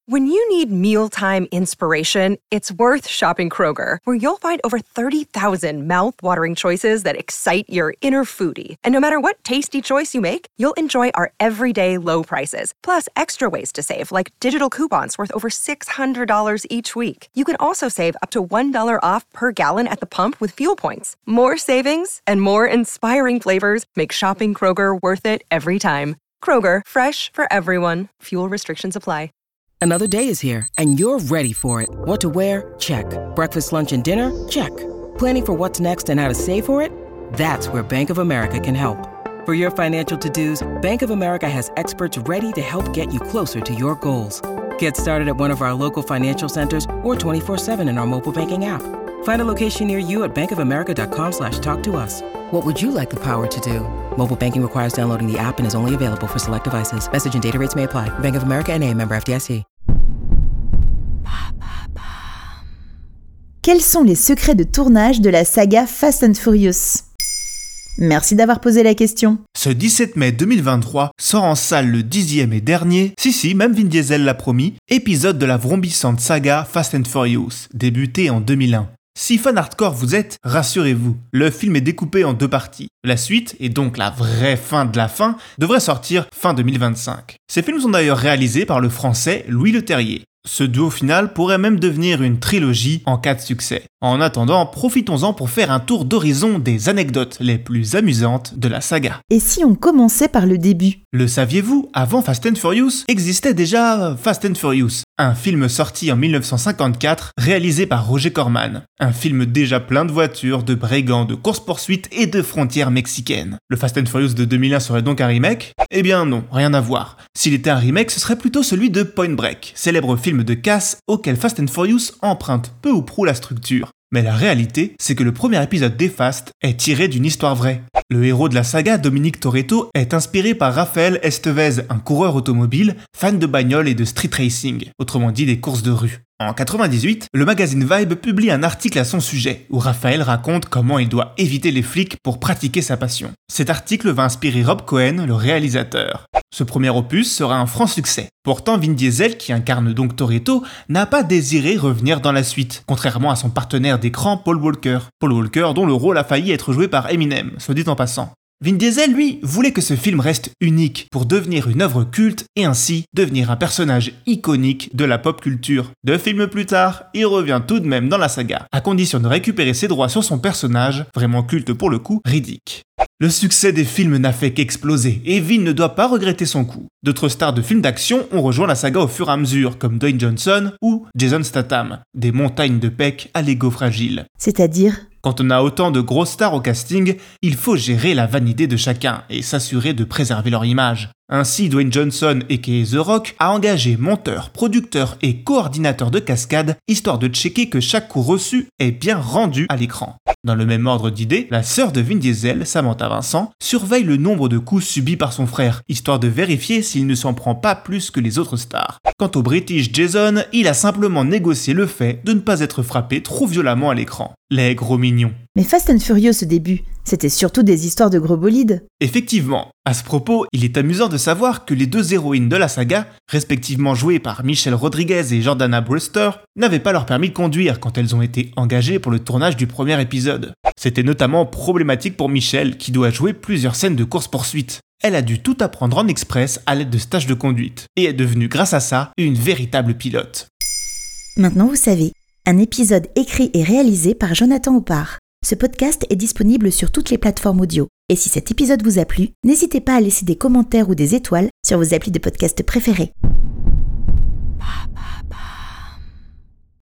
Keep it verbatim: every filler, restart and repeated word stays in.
When you need mealtime inspiration, it's worth shopping Kroger, where you'll find over thirty thousand mouth-watering choices that excite your inner foodie. And no matter what tasty choice you make, you'll enjoy our everyday low prices, plus extra ways to save, like digital coupons worth over six hundred dollars each week. You can also save up to one dollar off per gallon at the pump with fuel points. More savings and more inspiring flavors make shopping Kroger worth it every time. Kroger, fresh for everyone. Fuel restrictions apply. Another day is here, and you're ready for it. What to wear? Check. Breakfast, lunch, and dinner? Check. Planning for what's next and how to save for it? That's where Bank of America can help. For your financial to-dos, Bank of America has experts ready to help get you closer to your goals. Get started at one of our local financial centers or twenty-four seven in our mobile banking app. Find a location near you at bankofamerica.com slash talk to us. What would you like the power to do? Mobile banking requires downloading the app and is only available for select devices. Message and data rates may apply. Bank of America N A, member F D I C. Quels sont les secrets de tournage de la saga Fast and Furious ? Merci d'avoir posé la question. Ce dix-sept mai deux mille vingt-trois sort en salle le dixième et dernier, si si, même Vin Diesel l'a promis, épisode de la vrombissante saga Fast and Furious, débutée en deux mille un. Si fan hardcore vous êtes, rassurez-vous, le film est découpé en deux parties. La suite, et donc la vraie fin de la fin, devrait sortir fin deux mille vingt-cinq. Ces films sont d'ailleurs réalisés par le français Louis Leterrier. Ce duo final pourrait même devenir une trilogie en cas de succès. En attendant, profitons-en pour faire un tour d'horizon des anecdotes les plus amusantes de la saga. Et si on commençait par le début ? Le saviez-vous, avant Fast and Furious, existait déjà Fast and Furious, un film sorti en mille neuf cent cinquante-quatre, réalisé par Roger Corman. Un film déjà plein de voitures, de brigands, de courses-poursuites et de frontières mexicaines. Le Fast and Furious de deux mille un serait donc un remake ? Eh bien non, rien à voir. S'il était un remake, ce serait plutôt celui de Point Break, célèbre film de casse auquel Fast and Furious emprunte peu ou prou la structure. Mais la réalité, c'est que le premier épisode des Fast est tiré d'une histoire vraie. Le héros de la saga, Dominic Toretto, est inspiré par Rafael Estevez, un coureur automobile, fan de bagnoles et de street racing, autrement dit des courses de rue. En quatre-vingt-dix-huit, le magazine Vibe publie un article à son sujet, où Raphaël raconte comment il doit éviter les flics pour pratiquer sa passion. Cet article va inspirer Rob Cohen, le réalisateur. Ce premier opus sera un franc succès. Pourtant, Vin Diesel, qui incarne donc Toretto, n'a pas désiré revenir dans la suite, contrairement à son partenaire d'écran Paul Walker. Paul Walker dont le rôle a failli être joué par Eminem, soit dit en passant. Vin Diesel, lui, voulait que ce film reste unique pour devenir une œuvre culte et ainsi devenir un personnage iconique de la pop culture. Deux films plus tard, il revient tout de même dans la saga, à condition de récupérer ses droits sur son personnage, vraiment culte pour le coup, Riddick. Le succès des films n'a fait qu'exploser et Vin ne doit pas regretter son coup. D'autres stars de films d'action ont rejoint la saga au fur et à mesure, comme Dwayne Johnson ou Jason Statham, des montagnes de pecs à l'ego fragile. C'est-à-dire ? Quand on a autant de grosses stars au casting, il faut gérer la vanité de chacun et s'assurer de préserver leur image. Ainsi, Dwayne Johnson, aka The Rock, a engagé monteur, producteur et coordinateur de cascade, histoire de checker que chaque coup reçu est bien rendu à l'écran. Dans le même ordre d'idées, la sœur de Vin Diesel, Samantha Vincent, surveille le nombre de coups subis par son frère, histoire de vérifier s'il ne s'en prend pas plus que les autres stars. Quant au British Jason, il a simplement négocié le fait de ne pas être frappé trop violemment à l'écran. Les gros mignons. Mais Fast and Furious au début, c'était surtout des histoires de gros bolides. Effectivement. À ce propos, il est amusant de savoir que les deux héroïnes de la saga, respectivement jouées par Michelle Rodriguez et Jordana Brewster, n'avaient pas leur permis de conduire quand elles ont été engagées pour le tournage du premier épisode. C'était notamment problématique pour Michelle, qui doit jouer plusieurs scènes de course-poursuite. Elle a dû tout apprendre en express à l'aide de stages de conduite, et est devenue grâce à ça une véritable pilote. Maintenant vous savez, un épisode écrit et réalisé par Jonathan Oppard. Ce podcast est disponible sur toutes les plateformes audio. Et si cet épisode vous a plu, n'hésitez pas à laisser des commentaires ou des étoiles sur vos applis de podcast préférés.